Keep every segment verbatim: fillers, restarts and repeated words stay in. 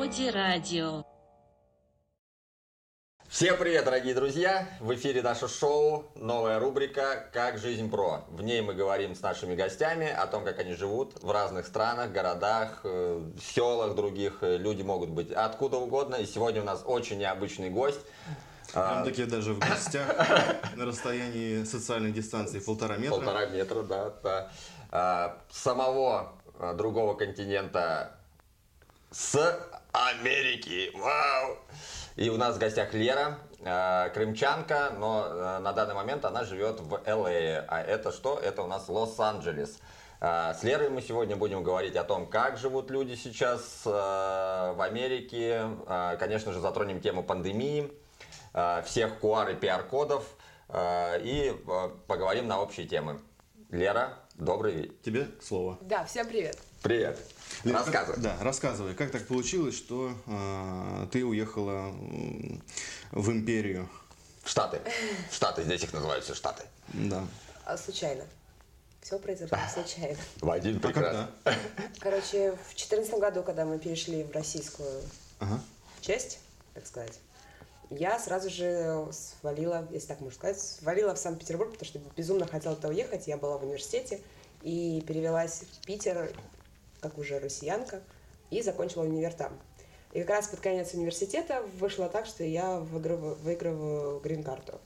Ауди Радио. Всем привет, дорогие друзья! В эфире наше шоу, новая рубрика «Как жизнь про». В ней мы говорим с нашими гостями о том, как они живут в разных странах, городах, селах других. Люди могут быть откуда угодно. И сегодня у нас очень необычный гость. Прям таки даже в гостях на расстоянии социальной дистанции полтора метра. Полтора метра, да. да. Самого другого континента с Америки. Вау! И у нас в гостях Лера, э, крымчанка, но э, на данный момент она живет в Эл Эй. А это что? Это у нас Лос-Анджелес. Э, с Лерой мы сегодня будем говорить о том, как живут люди сейчас э, в Америке. Э, конечно же, затронем тему пандемии, э, всех ку ар и пи ар-кодов э, и э, поговорим на общие темы. Лера, добрый вечер. Тебе слово. Да, всем привет. Привет. Лера, Рассказывай. Как, да, рассказывай. Как так получилось, что э, ты уехала в империю? В Штаты. В Штаты, здесь их называют все Штаты. Да. А, случайно. Все произошло случайно. В один А прекрасный. когда? Короче, в две тысячи четырнадцатом году, когда мы перешли в российскую Ага. часть, так сказать, я сразу же свалила, если так можно сказать, свалила в Санкт-Петербург, потому что безумно хотела туда уехать. Я была в университете и перевелась в Питер, как уже россиянка, и закончила универ там. И как раз под конец университета вышло так, что я выигрываю, выигрываю грин-карту.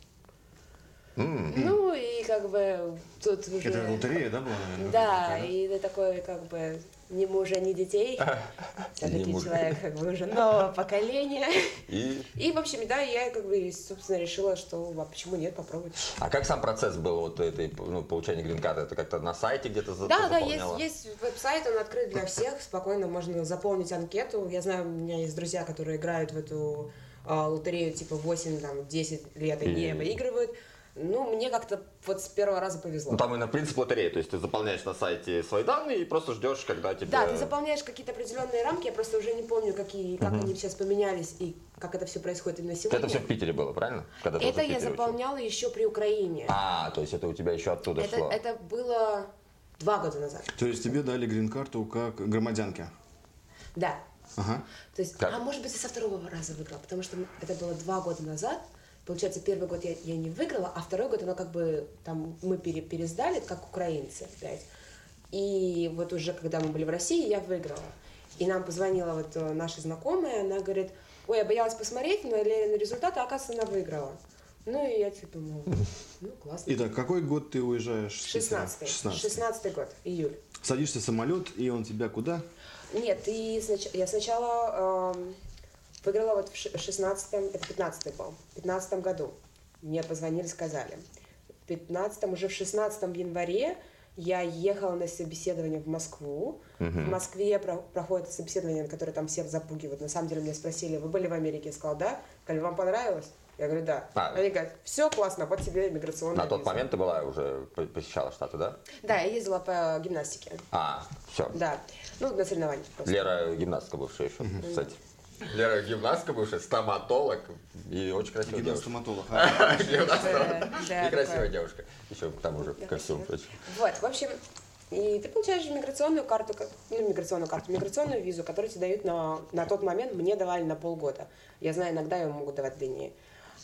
Mm. Ну и как бы тут уже... Это лотерея, да, была, наверное? Да, такая, и ты такой как бы не мужа, не детей. Все-таки Не мужа. человек как бы уже нового поколения. И... И в общем, да, я как бы, собственно, решила, что а почему нет, попробовать. А как сам процесс был вот этой, ну, получения грин-карты? Это как-то на сайте где-то за- Да, да, есть, заполняла? есть веб-сайт, он открыт для всех, спокойно можно заполнить анкету. Я знаю, у меня есть друзья, которые играют в эту а, лотерею типа восемь-десять лет и не И- выигрывают. Ну, мне как-то вот с первого раза повезло. Ну там именно принцип лотереи, то есть ты заполняешь на сайте свои данные и просто ждешь, когда тебе... Да, ты заполняешь какие-то определенные рамки, я просто уже не помню, какие, как они сейчас поменялись и как это все происходит именно сегодня. Это все в Питере было, правильно? Когда ты Это уже в я Питере заполняла еще при Украине. училась? А, то есть это у тебя еще оттуда это, шло. это было два года назад. То есть тебе дали грин-карту как громадянке? Да. Ага. То есть, Как? а может быть, и со второго раза выиграла, потому что это было два года назад. Получается, первый год я, я не выиграла, а второй год, оно как бы, там, мы пере, пересдали, как украинцы опять. И вот уже, когда мы были в России, я выиграла. И нам позвонила вот наша знакомая, она говорит, ой, я боялась посмотреть на Лерины результаты, а оказывается, она выиграла. Ну, и я типа, ну, ну классно. Итак, какой год ты уезжаешь? с Питера? Шестнадцатый. Шестнадцатый. Шестнадцатый год, июль. Садишься в самолет, и он тебя куда? Нет, и снач... я сначала эм, выиграла вот в шестнадцатом, это пятнадцатый был, в пятнадцатом году. Мне позвонили, сказали. В пятнадцатом, уже в шестнадцатом январе я ехала на собеседование в Москву. Мгм. В Москве про- проходит собеседование, на которое там всех запугивают. На самом деле меня спросили, вы были в Америке? Я сказала, да. Сказали, вам понравилось? Я говорю, да. А. Они говорят, все классно, вот тебе иммиграционная На тот виза. момент ты была уже, по- посещала Штаты, да? Да, я ездила по гимнастике. А, все. Да. Ну, на соревнованиях просто. Лера гимнастка бывшая еще, кстати. Лера гимнастка бывшая, стоматолог и очень красивая девушка. Гимнаст-стоматолог. Гимнаст-стоматолог. Да, И красивая да. девушка. Еще к тому же Да, костюм. спасибо. Вот, в общем, и ты получаешь миграционную карту, как- ну, миграционную карту, миграционную визу, которую тебе дают на, на тот момент, мне давали на полгода. Я знаю, иногда ее могут давать длиннее.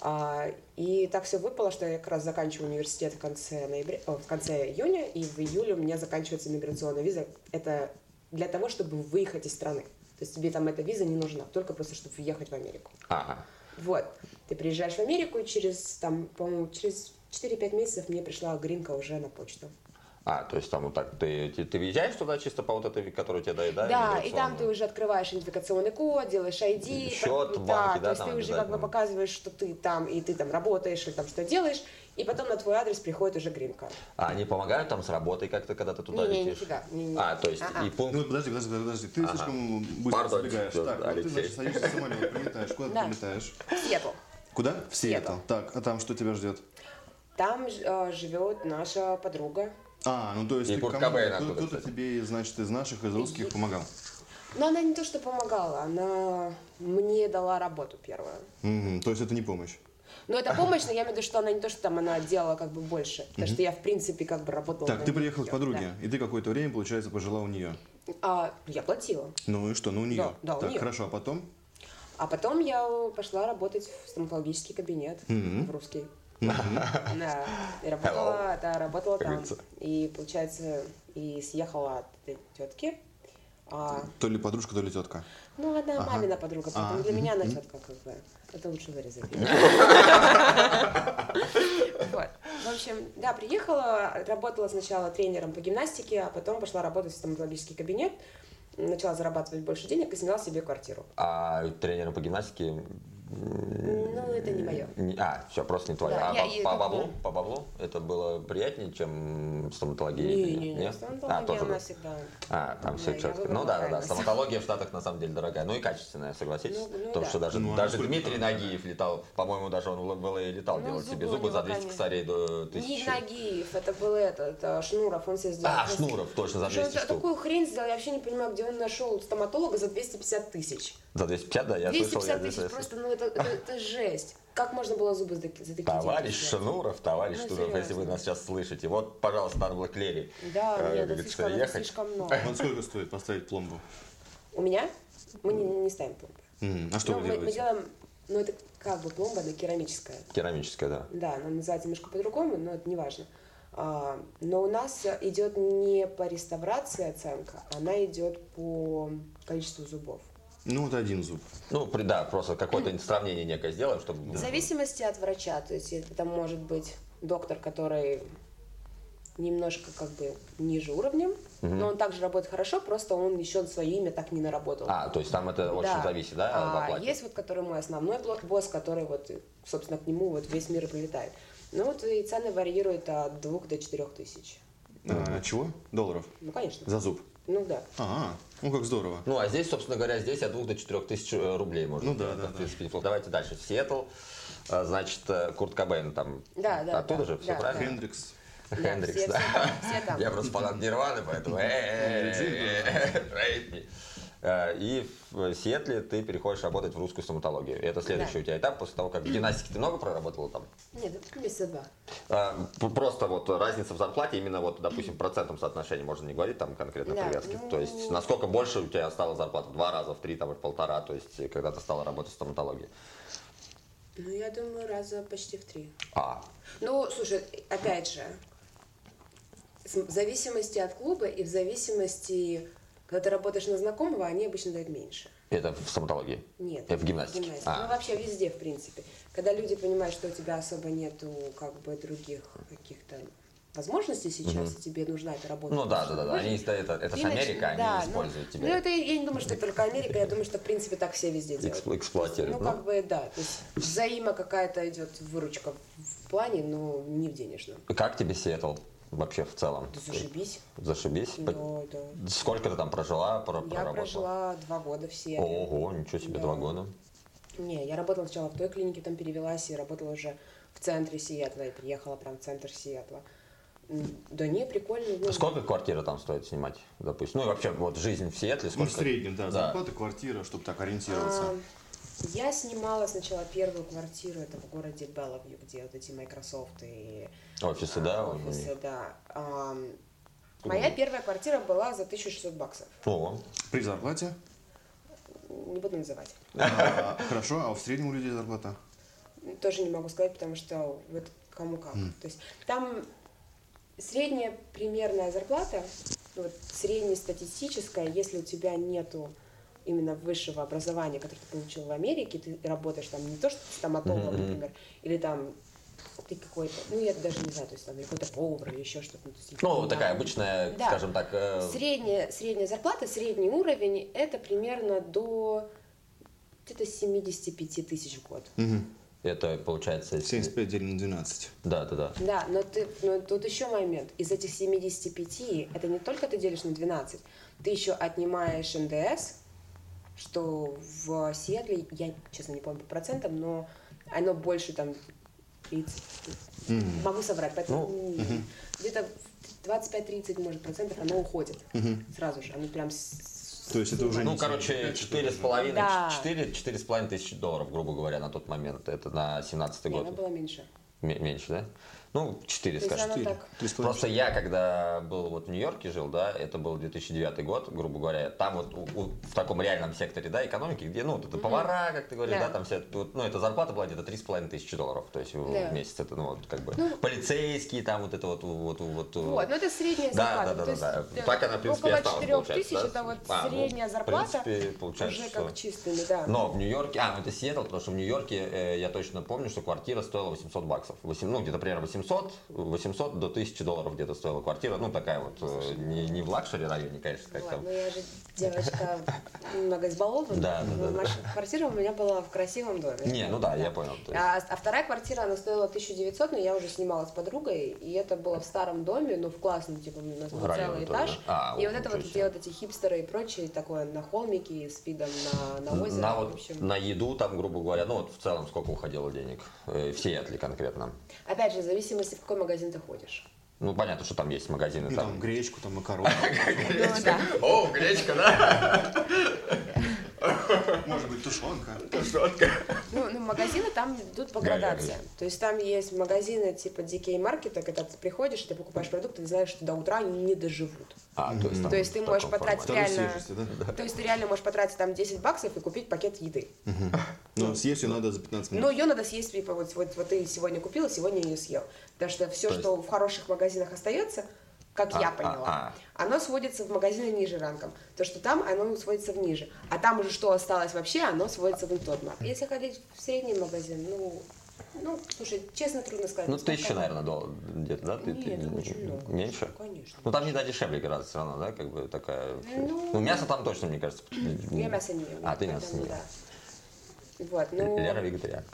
А, и так все выпало, что я как раз заканчиваю университет в конце, ноября, о, в конце июня, и в июле у меня заканчивается миграционная виза. Это для того, чтобы выехать из страны. То есть тебе там эта виза не нужна, только просто, чтобы въехать в Америку. Ага. Вот, ты приезжаешь в Америку, и через, там, по-моему, через четыре-пять месяцев мне пришла гринка уже на почту. А, то есть там вот так, ты, ты, ты въезжаешь туда чисто по вот этой, которую тебе дают, да? Да, и там ты иммиграционную? уже открываешь идентификационный код, делаешь ай ди. Счет так, в банке, да, да, то есть там ты уже как бы обязательно. показываешь, что ты там, и ты там работаешь, или там что делаешь, и потом на твой адрес приходит уже гринка. А они помогают там с работой как-то, когда ты туда Не-не, летишь? нифига, не-не. А, то есть А-а. и пункт... Ну, подожди, подожди, подожди. Ты Ага. слишком быстро Пардон, забегаешь. да, Так, вот ты, Алексей. значит, садишься в самолет, прилетаешь. Куда Да. ты прилетаешь? Сиэтл. Куда? В Сиэтл. Сиэтл. Так, а там что тебя ждет? Там э, живет наша подруга. А, ну то есть И ты Курт кому- Кобейн кто- оттуда, кто-то кстати. тебе, значит, из наших, из русских помогал. Но она не то, что помогала, она мне дала работу первую. Мгм, то есть это не помощь. Но это помощь, но я имею в виду, что она не то, что там она делала как бы больше. Потому что я, в принципе, как бы работала. Так, на ты приехала к неё, подруге, да. и ты какое-то время, получается, пожила у нее. А, я платила. Ну и что, ну у нее. Да, да, у так, нее. хорошо, а потом? А потом я пошла работать в стоматологический кабинет, Мгм. в русский. Да, и работала, да, работала Как там. говорится. И, получается, и съехала от этой тетки. А, То ли подружка, то ли тетка. ну, она Ага. мамина подруга, поэтому А, для меня она мгм. тетка, как бы. Это лучше вырезать. Вот. В общем, да, приехала, работала сначала тренером по гимнастике, а потом пошла работать в стоматологический кабинет, начала зарабатывать больше денег и сняла себе квартиру. А тренером по гимнастике... Ну, это не мое. Не- А, все, просто не твое. Да, а я- по, я по как баблу, бы- по баблу это было приятнее, чем стоматология? Не, или не, нет? не, Нет? стоматология А, тоже она да. всегда. А, там все Да, я четко. выбрала Ну да, да, да. правильно. Стоматология в Штатах на самом деле дорогая. Ну и качественная, согласитесь. Ну, ну Потому да. что даже, Ну, а даже насколько Дмитрий дорогая? Нагиев летал, по-моему, даже он в ЛА летал Ну, делать себе зубы у зубы него, за двести конечно. косарей до Не тысячи. Нагиев, это был этот, а, Шнуров, он себе сделал. А, Шнуров, точно, за Что он двести штук. такую хрень сделал, я вообще не понимаю, где он нашел стоматолога за двести пятьдесят тысяч. За двести пятьдесят, да, я слышал. я двести пятьдесят тысяч, здесь- просто, ну это, это, это жесть. Как можно было зубы за, таки- за такие Товарищ деньги снять? Шнуров, товарищ Ну, Шнуров, если вы серьезно. нас сейчас слышите, вот, пожалуйста, надо было к Лере. Да, э, нет, как это говорится, слишком, это ехать. слишком много. Вот сколько стоит поставить пломбу? У меня? Мы не, не ставим пломбы. М, А что Ну, вы мы, мы делаете? делаем, ну это как бы пломба, она керамическая. Керамическая, да. Да, она называется немножко по-другому, но это не важно. А, но у нас идет не по реставрации оценка, она идет по количеству зубов. Ну вот один зуб. Ну, при- да, просто какое-то сравнение некое сделаем, чтобы... В зависимости от врача, то есть это может быть доктор, который немножко как бы ниже уровнем, но он также работает хорошо, просто он еще свое имя так не наработал. А, то есть там это очень Да. зависит, да, в А оплате? есть вот, который мой основной бло- босс, который вот, собственно, к нему вот весь мир и прилетает. Ну вот и цены варьируют от двух до четырех тысяч. А, чего? Долларов? Ну, конечно. За зуб? Ну да. А, ну как здорово. Ну, а здесь, собственно говоря, здесь от двух до четырех тысяч э, рублей можно. Ну да, сделать, да, в да. принципе, неплохо. Давайте дальше. Сиэтл, э, значит, э, Курт Кобейн там. Да, да, Оттуда да, же, все да, правильно? Хендрикс. Хендрикс, все- да. все там, все там. Я просто фанат Нирваны, поэтому... Rape me. Э, И в Сиэтле ты переходишь работать в русскую стоматологию. Это следующий Да. у тебя этап после того, как в гимнастике ты много проработала там? Нет, это месяца два. А, п- Просто вот разница в зарплате, именно вот, допустим, в процентном соотношении, можно не говорить там конкретно Да, привязки. ну- То есть, насколько больше у тебя стала зарплата? В два раза, в три, там, в полтора, то есть, когда ты стала работать в стоматологии. Ну, я думаю, раза почти в три. А, Ну, слушай, опять же, с- в зависимости от клуба и в зависимости, когда ты работаешь на знакомого, они обычно дают меньше. это в стоматологии? Нет. Это в гимнастике? А. Ну, вообще везде, в принципе. Когда люди понимают, что у тебя особо нету, как бы, других каких-то возможностей сейчас, и тебе нужна эта работа. Ну да, да, да, да. Они, это, это, это Ты ж Америка, нач- они да, ну, используют Ну, тебя. это я не думаю, что это только Америка, я думаю, что, в принципе, так все везде делают. Эксп- эксплуатируют, Ну, ну. как бы, да. То есть взаимо какая-то идет выручка в плане, но не в денежном. Как тебе Сиэтл вообще в целом? Да зашибись. Зашибись? Да, да. Сколько ты там прожила, про- Я проработала? прожила два года в Сиэтле. Ого, ничего себе, Да. два года. Не, я работала сначала в той клинике, потом перевелась и работала уже в центре Сиэтла, и приехала прям в центр Сиэтла. М, Да не, прикольно. ну, Сколько квартира там стоит снимать, допустим? Ну и вообще вот жизнь в Сиэтле Ну, сколько? в среднем, да, зарплата, квартира, чтобы так ориентироваться. а, Я снимала сначала первую квартиру, это в городе Беллавью, где вот эти Microsoft и Офисы, да? а, у них? офисы, да. А, Моя первая квартира была за тысячу шестьсот баксов. О, При зарплате? Не буду называть. А, Хорошо, а в среднем у людей зарплата? Тоже не могу сказать, потому что вот кому как. То есть там средняя примерная зарплата, вот среднестатистическая, если у тебя нету именно высшего образования, которое ты получил в Америке, ты работаешь там не то, что стоматологом, например, или там ты какой-то, ну я даже не знаю, то есть там или какой-то повар или еще что-то. Ну, то есть, ну да. такая обычная, Да. скажем так, э, Средняя, средняя зарплата, средний уровень, это примерно до где-то семьдесят пять тысяч в год. это получается... если- семьдесят пять делим на двенадцать. Да, да, да. Да, но, ты, но тут еще момент. Из этих семидесяти пяти, это не только ты делишь на двенадцать, ты еще отнимаешь эн дэ эс, что в Сиэтле, я, честно, не помню по процентам, но оно больше там тридцать. Могу соврать, поэтому м, где-то двадцать пять тридцать, может, процентов оно уходит сразу же. Оно прям... с- То есть это уже Ну, не короче, четыре с половиной, Да. четыре, четыре с половиной тысячи долларов, грубо говоря, на тот момент. Это на семнадцатый Не, год. оно было меньше. М- меньше, да? Ну, четыре, То есть скажем. она Четыре. так. Три с половиной. Просто я, когда был вот в Нью-Йорке, жил, да, это был две тысячи девятый год, грубо говоря, там вот у- у- в таком реальном секторе, да, экономики, где, ну, вот это повара, как ты говоришь, Да. да, там все, вот, ну, эта зарплата была где-то три с половиной тысячи долларов, то есть в Да. месяц, это, ну, вот, как бы, Ну, полицейские, там, вот это вот, вот, вот. Вот, ну это средняя Да, зарплата. да, да, То есть, да, да. э, Так она, в принципе, и около осталась, четырех получается, тысяч да? это вот А, ну, средняя в зарплата. принципе, получается, Уже что- как чистыми, да. Но в Нью-Йорке, а, ну это Сиэтл, потому что в Нью-Йорке э, я точно помню, что квартира стоила восемьсот баксов. восемь, ну, где-то примерно восемьсот, восемьсот до тысячи долларов где-то стоила квартира. Ну, такая вот, э, не, не в лакшери районе, конечно, как Вот, там. ну я же девочка немного избалована. Да, да, да, да. Наша квартира у меня была в красивом доме. Не, ну да, я понял. то есть. А, а вторая квартира, она стоила тысячу девятьсот, но я уже снимала с подругой, и это было в старом доме, но в классном, типа, у нас был Районе целый тоже, этаж. да? А, и вот, вот это ничего вот, себе. где вот эти хипстеры и прочее, такое на холмике с видом на, на озеро. На, в вот, общем. на еду там, грубо говоря, ну вот в целом сколько уходило денег? Э, в Сиэтле конкретно. Опять же, в зависимости, в какой магазин ты ходишь. Ну, понятно, что там есть магазины. Ну, там... там гречку, там макароны. Ну, да. О, гречка, да? Может быть, тушенка. Тушенка. Ну, ну, магазины там идут по Говядина. градациям. То есть там есть магазины типа ди кей маркета, когда ты приходишь, и ты покупаешь продукты, ты знаешь, что до утра они не доживут. А, то есть, там То есть ты в можешь таком потратить формате. Второй реально... свежести, да? То есть ты реально можешь потратить там десять баксов и купить пакет еды. Но съесть ее надо за пятнадцать Но минут. ее надо съесть, типа, вот, вот, вот ты сегодня купила, сегодня ее съел. Потому что все, То что в хороших магазинах остается, как А, я а, поняла, оно сводится в магазины ниже ранком. То, что там, оно сводится в ниже. А там уже что осталось вообще, оно сводится в тот марк. Если ходить в средний магазин, ну, ну, слушай, честно, трудно сказать. Ну, насколько тысяча, там. наверное, долларов где-то, да? Ты- Нет, ты- это очень много. Меньше? Конечно. Ну, там еда дешевле гораздо все равно, да? Как бы такая... Ну, Ну, мясо там точно, мне кажется. Я мясо не ем. А, ты поэтому мясо не ешь. да. Вот, ну, Лера вегетарианка.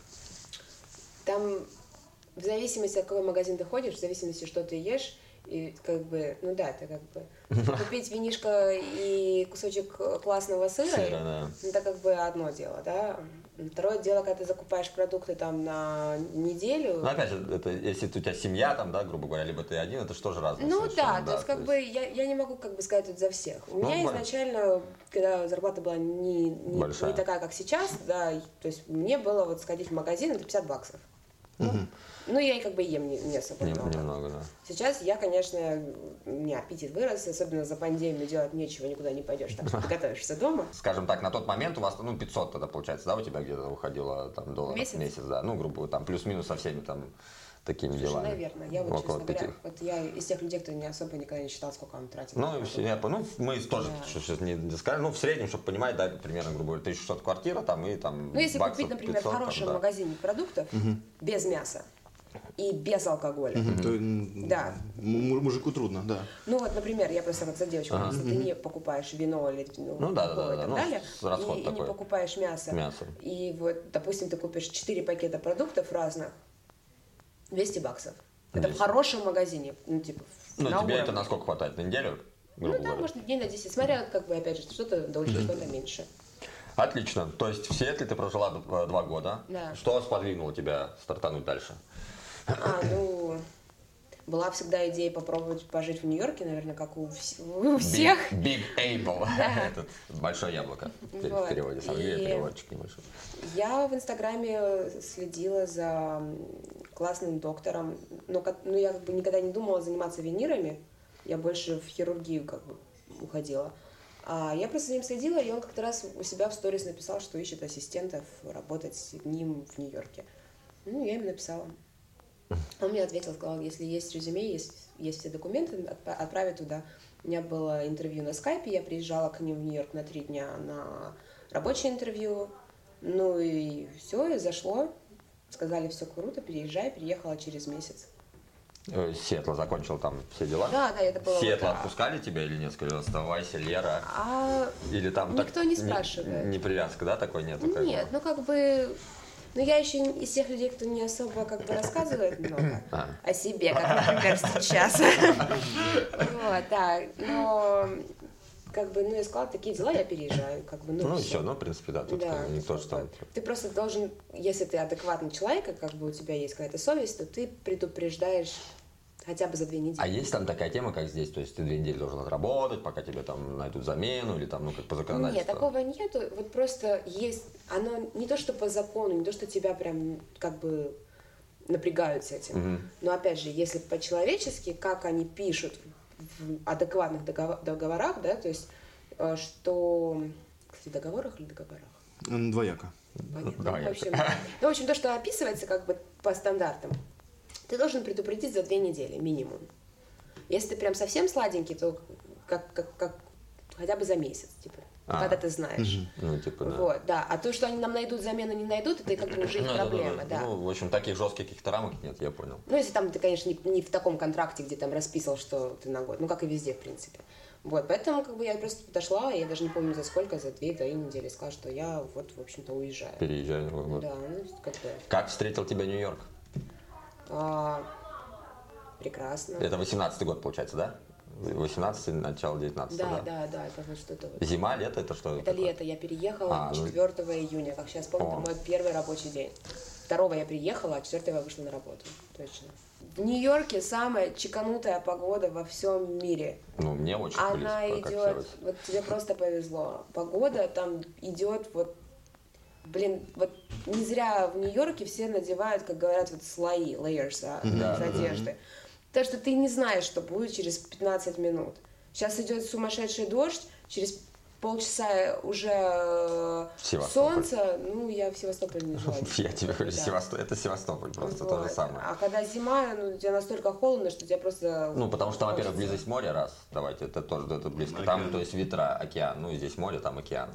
там в зависимости, от какой магазин ты ходишь, в зависимости, что ты ешь, и как бы, ну да, это как бы купить винишко и кусочек классного сыра, Сыра, да. это как бы одно дело, да. Второе дело, когда ты закупаешь продукты там на неделю. Ну, опять же, это, если у тебя семья, там, да, грубо говоря, либо ты один, это же тоже разное. Ну совершенно, да, то есть как бы я, я не могу как бы сказать тут за всех. У Ну, меня понятно. изначально, когда зарплата была не, не, Большая. не такая, как сейчас, да, и- то есть мне было вот сходить в магазин, это пятьдесят баксов. Ну, ну, я и как бы ем не, не особо Нем- много. Немного, да. Сейчас я, конечно, у меня аппетит вырос, особенно за пандемию делать нечего, никуда не пойдешь, так что ты готовишься дома. Скажем так, на тот момент у вас, ну, пятьсот тогда, получается, да, у тебя где-то уходило там долларов Месяц? в месяц, да, ну, грубо говоря, там, плюс-минус со всеми там такими Слушай, делами. наверное, я вот, Около честно говоря, пяти. вот я из тех людей, кто не особо никогда не считал, сколько он тратит. Ну, и все, я понял. Ну, мы тоже Да. сейчас не не сказали, ну, в среднем, чтобы понимать, да, примерно, грубо говоря, тысяча шестьсот квартира, там, и там Ну, если баксов купить, например, пятьсот, в там, хорошем да. магазине продуктов, без мяса и без алкоголя, То, м, Да. му- мужику трудно, да. ну вот, например, я просто вот за девочку, если ты не покупаешь вино или ну, Ну да, да, пиво да, и да, так ну, далее, с- расход и, и такой. не покупаешь мясо, Мясо. и вот, допустим, ты купишь четыре пакета продуктов разных, двести баксов. Это в двести. хорошем магазине, ну, типа, в- Ну, на тебе это уровне. на сколько хватает? На неделю, грубо Ну да, говоря? может, дней на десять, смотря, как бы, опять же, что-то дольше, что-то меньше. Отлично. То есть в Сиэтле ты прожила д- два года. Да. Что сподвинуло тебя стартануть дальше? А, ну, была всегда идея попробовать пожить в Нью-Йорке, наверное, как у, вс- у всех. Big, Big Apple. Этот большое яблоко. В Вот. переводе с английского И- переводчик небольшой. Я в Инстаграме следила за классным доктором. Но, ко- ну, я как бы никогда не думала заниматься винирами. Я больше в хирургию как бы уходила. А я просто за ним следила, и он как-то раз у себя в сторис написал, что ищет ассистентов работать с ним в Нью-Йорке. Ну, я им написала. Он мне ответил, сказал, если есть резюме, есть, есть все документы, отпра- отправить туда. У меня было интервью на скайпе, я приезжала к ним в Нью-Йорк на три дня на рабочее интервью. Ну и все, и зашло. Сказали, все круто, переезжай, переехала через месяц. Э, Сиэтла закончил там все дела? Да, да, это было... Сиэтла вот, а, отпускали тебя или нет? Сказали, оставайся, Лера. а, Или там Никто так не спрашивает. Не, привязка, да, такой нету? как бы? Нет, ну как бы... Ну я еще из тех людей, кто не особо как бы рассказывает много А. о себе, как, например, сейчас. Вот, да, но как бы, ну я сказала, такие дела, я переезжаю, как бы, ну Ну, всё. все, ну, в принципе, да, тут Да, как бы никто же там... Ты просто должен, если ты адекватный человек, и как бы у тебя есть какая-то совесть, то ты предупреждаешь хотя бы за две недели. А есть там такая тема, как здесь? То есть ты две недели должен отработать, пока тебе там найдут замену, или там, ну, как по законодательству? Нет, такого нету. Вот просто есть, оно не то, что по закону, не то, что тебя прям как бы напрягают с этим. Угу. Но опять же, если по-человечески, как они пишут в адекватных договорах, да, то есть, что... Кстати, в договорах или договорах? Двояко. Понятно. Ну, в общем, ну, в общем, то, что описывается как бы по стандартам, ты должен предупредить за две недели минимум. Если ты прям совсем сладенький, то как, как, как хотя бы за месяц, типа, а, когда ты знаешь. Угу. Ну, типа, да. Вот, да. А то, что они нам найдут замену, не найдут, это как бы уже их ну, проблема, да, да, да. да. Ну, в общем, таких жестких каких-то рамок нет, я понял. Ну, если там ты, конечно, не, не в таком контракте, где там расписал, что ты на год, ну, как и везде, в принципе. Вот, поэтому как бы я просто подошла, я даже не помню за сколько, за две-три недели, сказала, что я вот, в общем-то, уезжаю. Переезжаю. Вот. Да, ну, как бы... Как встретил тебя Нью-Йорк? А, прекрасно. Это восемнадцатый год, получается, да? восемнадцатый, начало девятнадцатого, да? Да, да, да, это вот что-то вот. Зима, лето, это что? Это лето, я переехала а, ну... четвёртого июня, как сейчас помню, это мой первый рабочий день. второго я приехала, а четвёртого я вышла на работу, точно. В Нью-Йорке самая чеканутая погода во всем мире. Ну, мне очень Она близко, идет, вот тебе просто повезло. Погода там идет вот, блин, вот не зря в Нью-Йорке все надевают, как говорят, вот слои, layers да, да, из одежды. Да. Потому что ты не знаешь, что будет через пятнадцать минут. Сейчас идет сумасшедший дождь, через полчаса уже солнце, ну, я в Севастополе не жила. Я тебе говорю, да. Это Севастополь, просто вот. То же самое. А когда зима, ну, тебе настолько холодно, что тебя просто... Ну, потому что, во-первых, близость моря, раз, давайте, это тоже это близко. Океан. Там, то есть, ветра, океан, ну, здесь море, там океан.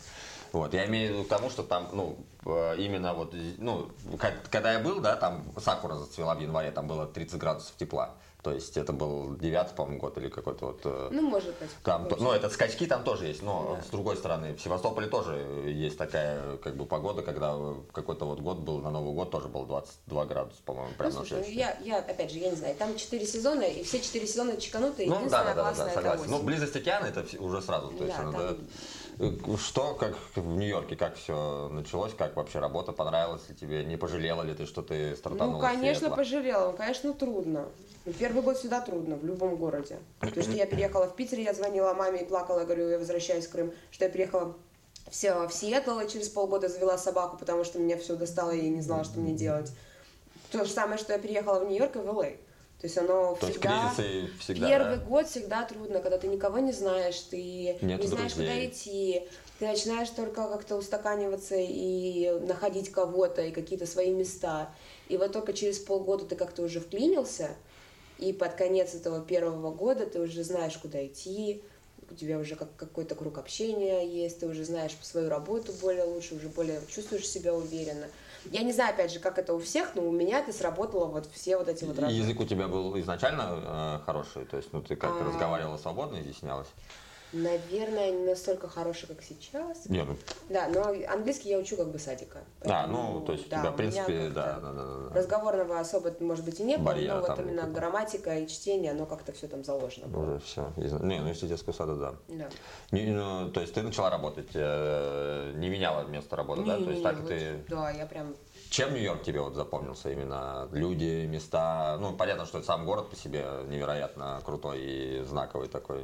Вот, я имею в виду к тому, что там, ну, именно вот, ну, когда я был, да, там сакура зацвела в январе, там было тридцать градусов тепла. То есть это был девятый, по-моему, год или какой-то вот... Ну, может быть. Там, ну, это скачки там тоже есть, но да. С другой стороны, в Севастополе тоже есть такая, как бы, погода, когда какой-то вот год был, на Новый год тоже был двадцать два градуса, по-моему, прям ну, на слушай, я, я, опять же, я не знаю, там четыре сезона, и все четыре сезона чеканутые, ну, единственное да, да, классное да, да, согласен. Ну, близость океана, это уже сразу, то есть, да, надо... там... Что, как в Нью-Йорке, как все началось, как вообще работа, понравилась ли тебе, не пожалела ли ты, что ты стартанула? Ну, конечно, пожалела, конечно, трудно. Первый год всегда трудно, в любом городе. То, что я переехала в Питер, я звонила маме и плакала, говорю, я возвращаюсь в Крым, что я переехала все, в Сиэтл и через полгода завела собаку, потому что меня все достало, и я не знала, что мне делать. То же самое, что я переехала в Нью-Йорк и в Л А. То есть оно То всегда, есть всегда, первый да? год всегда трудно, когда ты никого не знаешь, ты Нету не знаешь, друзей. куда идти, ты начинаешь только как-то устаканиваться и находить кого-то, и какие-то свои места. И вот только через полгода ты как-то уже вклинился, и под конец этого первого года ты уже знаешь, куда идти, у тебя уже как, какой-то круг общения есть, ты уже знаешь свою работу более лучше, уже более чувствуешь себя уверенно. Я не знаю, опять же, как это у всех, но у меня это сработало вот все вот эти вот разные. Язык у тебя был изначально э, хороший? То есть, ну, ты как а... разговаривала свободно, изъяснялась? Наверное, не настолько хороший, как сейчас. Не, ну... Да, но английский я учу как бы садика. Поэтому, а, ну, то есть да, у тебя, в принципе, да, да, да, да. Разговорного особо, может быть, и не было, Барьера но вот там, именно какой-то. Грамматика и чтение, оно как-то все там заложено было. Уже все. Не, ну, если детского сада, да. Да. Не, ну, то есть ты начала работать, э, не меняла место работы, не, да? Не, То есть не, так вот, ты... Да, я прям... Чем Нью-Йорк тебе вот запомнился именно? Люди, места? Ну, понятно, что сам город по себе невероятно крутой и знаковый такой.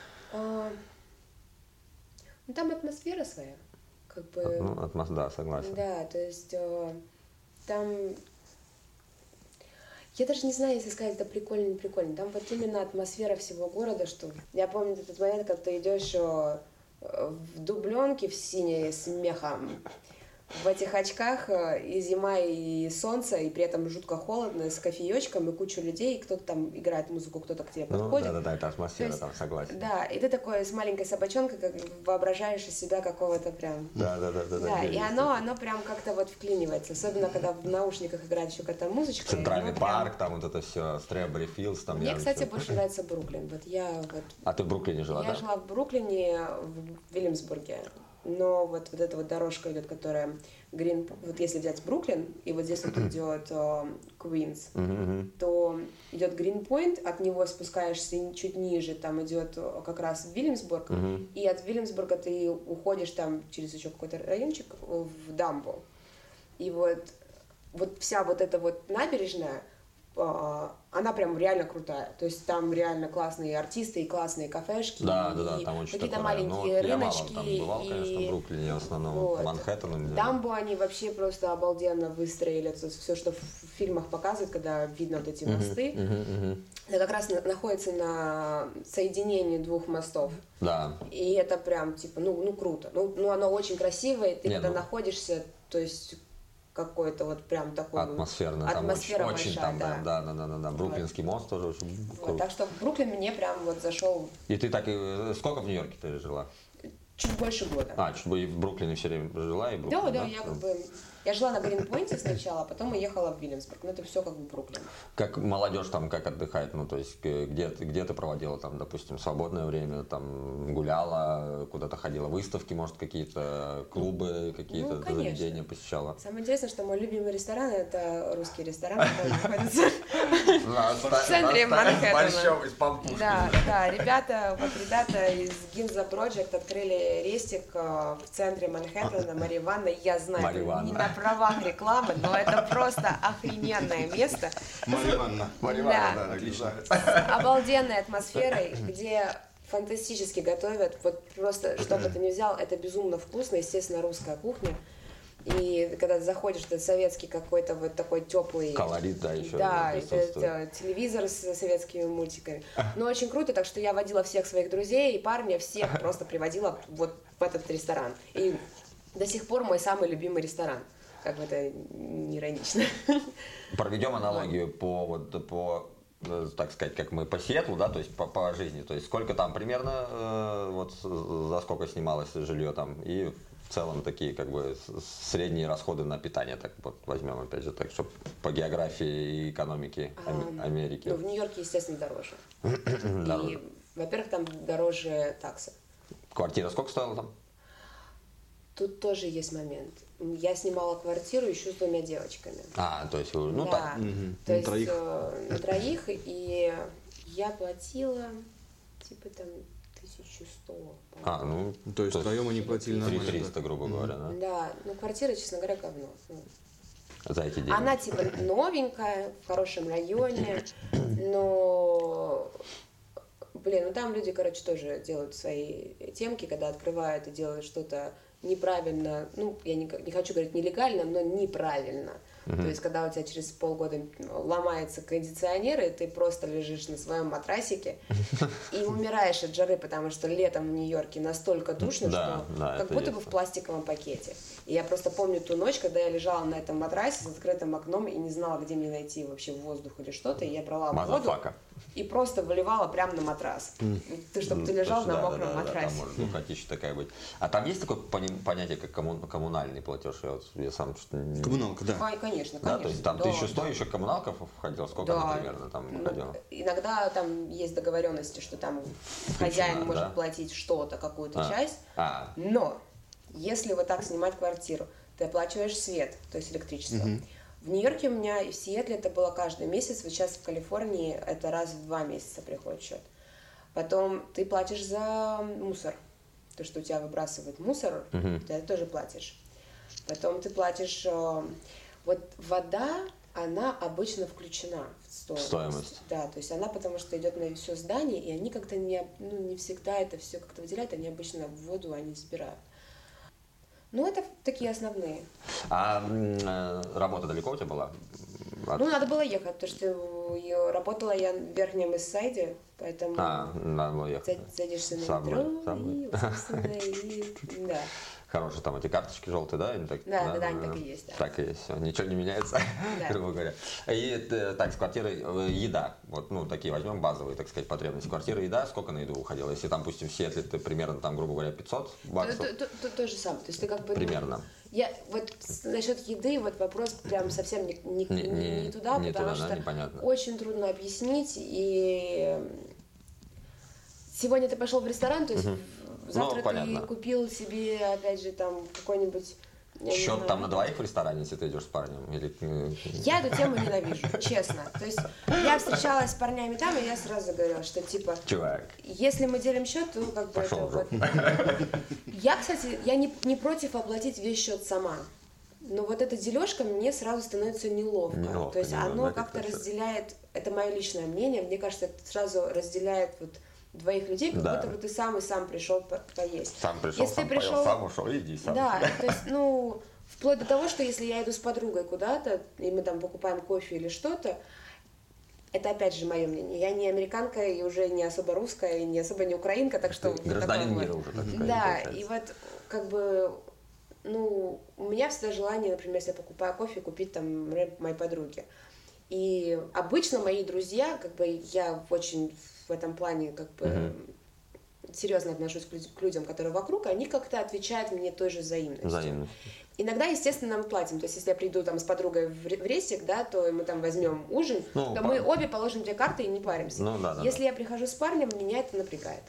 А... Ну, там атмосфера своя. Как бы... Ну, атмосфера, да, согласен. Да, то есть э, там... Я даже не знаю, если сказать, это прикольно, не прикольно. Там вот именно атмосфера всего города, что... Я помню этот момент, когда ты идешь э, в дубленке в синей с мехом, в этих очках, и зима, и солнце, и при этом жутко холодно, с кофеечком, и кучу людей, и кто-то там играет музыку, кто-то к тебе подходит. Ну, да-да-да, это атмосфера, есть, там, согласен. Да, и ты такой с маленькой собачонкой, как воображаешь из себя какого-то прям... Да-да-да. Да, и оно, оно прям как-то вот вклинивается, особенно когда в наушниках играет еще какая-то музычка. Центральный парк, прям... там вот это все, Стrawberry Fields. Там Мне, кстати, еще... больше нравится Бруклин. Вот я вот... А ты в Бруклине жила, я да? Я жила в Бруклине, в Вильямсбурге. Но вот, вот эта вот дорожка идет, которая Green, вот если взять Бруклин, и вот здесь вот идет Квинс, uh, то идет Гринпойнт, от него спускаешься чуть ниже, там идет как раз Вильямсбург, uh-huh. и от Вильямсбурга ты уходишь там через еще какой-то райончик в Дамбо. И вот, вот вся вот эта вот набережная она прям реально крутая. То есть там реально классные артисты и классные кафешки. Да, да, да, там очень какие-то такое, маленькие ну, рыночки. Я мало там бывал, и... конечно, в Бруклине в основном, вот. Манхэттен. Дамбу они вообще просто обалденно выстроили. Это все, что в фильмах показывают, когда видно вот эти мосты. Uh-huh, uh-huh. Это как раз на, находится на соединении двух мостов. Да. И это прям, типа, ну, ну круто. Ну, ну, оно очень красивое. Ты Не, когда ну... находишься, то есть... какой-то вот прям такой атмосферно, атмосфера там очень, большая, очень там, да. да, да, да, да, да. Бруклинский вот. мост тоже очень Вот, круто. так что Бруклин мне прям вот зашел. И ты так и сколько в Нью-Йорке ты жила? Чуть больше года. А, чуть бы и в Бруклине все время жила и Бруклин, да, да, да, я как бы я жила на Гринпойнте сначала, а потом уехала в Вильямсбург. Ну это все как бы Бруклин. Как молодежь там как отдыхает, ну то есть где ты где ты проводила там, допустим, свободное время, там гуляла, куда-то ходила, выставки, может какие-то клубы, какие-то ну, заведения посещала. Самое интересное, что мой любимый ресторан это русский ресторан, который находится в центре Манхэттена. Да, да, ребята, вот ребята из Ginza Project открыли рестик в центре Манхэттена, Мария Ивановна, я знаю, не на правах рекламы, но это просто охрененное место. Мария Ивановна. Мария Ивановна, да. да, отлично. С обалденной атмосферой, где фантастически готовят, вот просто, что бы ты ни взял, это безумно вкусно, естественно, русская кухня. И когда ты заходишь, это советский какой-то вот такой теплый... Колорит, да, еще. Да, это, это телевизор с советскими мультиками. Но очень круто, так что я водила всех своих друзей и парня, всех просто приводила вот в этот ресторан. И до сих пор мой самый любимый ресторан. Как бы это не иронично. Проведем аналогию по, вот, по, так сказать, как мы по Сиэтлу, да, то есть по, по жизни. То есть сколько там примерно, э, вот за сколько снималось жилье там, и в целом такие как бы средние расходы на питание, так вот возьмем опять же, так, чтобы по географии и экономике а, Америки. Ну, в Нью-Йорке, естественно, дороже. И, во-первых, там дороже таксы. Квартира сколько стоила там? Тут тоже есть момент. Я снимала квартиру еще с двумя девочками. А, то есть, ну да. так. Угу. То на есть троих. Э, на троих, и я платила типа там тысячу сто. А, ну, то есть втроем они платили нормально. три триста, грубо говоря, да? Да, ну квартира, честно говоря, говно. За эти деньги. Она типа новенькая, в хорошем районе, но... Блин, ну там люди, короче, тоже делают свои темки, когда открывают и делают что-то неправильно, ну, я не, не хочу говорить нелегально, но неправильно. Uh-huh. То есть, когда у тебя через полгода ломается кондиционер, и ты просто лежишь на своем матрасике и умираешь от жары, потому что летом в Нью-Йорке настолько душно, да, что да, как будто есть. бы в пластиковом пакете. И я просто помню ту ночь, когда я лежала на этом матрасе с открытым окном и не знала, где мне найти вообще воздух или что-то, и я брала воду и просто выливала прямо на матрас. Mm. Ты, чтобы ты лежал Слушай, на да, мокром да, да, матрасе. Да, может духотища такая быть. А там есть такое понятие, как коммун, коммунальный платеж? Я, вот, я сам что-то не... Коммуналка, да. Ой, конечно, конечно. Да, то есть там да, тысячу сто да. еще коммуналка входила? Сколько да. она примерно там входила? Ну, иногда там есть договоренности, что там хозяин Включена, может да? платить что-то, какую-то а. часть. А. Но если вот так снимать квартиру, ты оплачиваешь свет, то есть электричество. Угу. В Нью-Йорке у меня и в Сиэтле это было каждый месяц, вот сейчас в Калифорнии это раз в два месяца приходит счет. Потом ты платишь за мусор, то, что у тебя выбрасывают мусор, uh-huh. ты это тоже платишь. Потом ты платишь, вот вода, она обычно включена в стоимость. Стоимость. Да, то есть она потому что идет на все здание, и они как-то не, ну, не всегда это все как-то выделяют, они обычно в воду они забирают. Ну, это такие основные. А э, работа далеко у тебя была? От... Ну, надо было ехать, потому что я, работала я в Верхнем Иссайде, поэтому а, надо было ехать. Садишься на Сабвей, метро, Сабвей. и, собственно, и, да. Хорошие там эти карточки желтые, да? Они так, да, да, да, они так и есть. Да. Так и есть, все, ничего не меняется, да. грубо говоря. И так, с квартиры еда, вот, ну, такие возьмем базовые, так сказать, потребности. Квартира, еда, сколько на еду уходило? Если там, допустим, в Сиэтле ты примерно, там, грубо говоря, пятьсот баксов? То, то, то, то же самое, то есть ты как бы... Примерно. Я, вот насчет еды, вот вопрос прям совсем не, не, не, не, не туда, не потому туда, что да, непонятно. Очень трудно объяснить, и сегодня ты пошел в ресторан, то есть угу. завтра ну, ты купил себе, опять же, там какой-нибудь... Счет там на двоих в ресторане, если ты идешь с парнем? Или... Я эту тему ненавижу, честно. То есть я встречалась с парнями там, и я сразу говорила, что типа... Чувак. Если мы делим счет, то как бы Пошел это... Вот... Я, кстати, я не, не против оплатить весь счет сама. Но вот эта дележка мне сразу становится неловко. Неловко, То есть неловко, оно это как-то точно. разделяет, это мое личное мнение, мне кажется, это сразу разделяет вот двоих людей, как Да. будто бы ты сам и сам пришел по- поесть. Сам пришел, Если сам ты пришел- поел, сам ушел, иди сам. Да, то есть, ну, вплоть до того, что если я иду с подругой куда-то, и мы там покупаем кофе или что-то, это опять же мое мнение. Я не американка и уже не особо русская, и не особо не украинка, так что... Ты вот гражданин такое мира вот. уже, так сказать, Да, получается. и вот как бы, ну, у меня всегда желание, например, если я покупаю кофе, купить там например, моей подруге. И обычно мои друзья, как бы я очень в этом плане как бы Мгм. серьезно отношусь к люд- к людям, которые вокруг, они как-то отвечают мне той же взаимностью. Взаимность. Иногда, естественно, мы платим. То есть, если я приду там с подругой в ре- в рестик, да, то мы там возьмем ужин, Ну, то па- мы обе положим две карты и не паримся. Ну, да, да, Если я прихожу с парнем, меня это напрягает.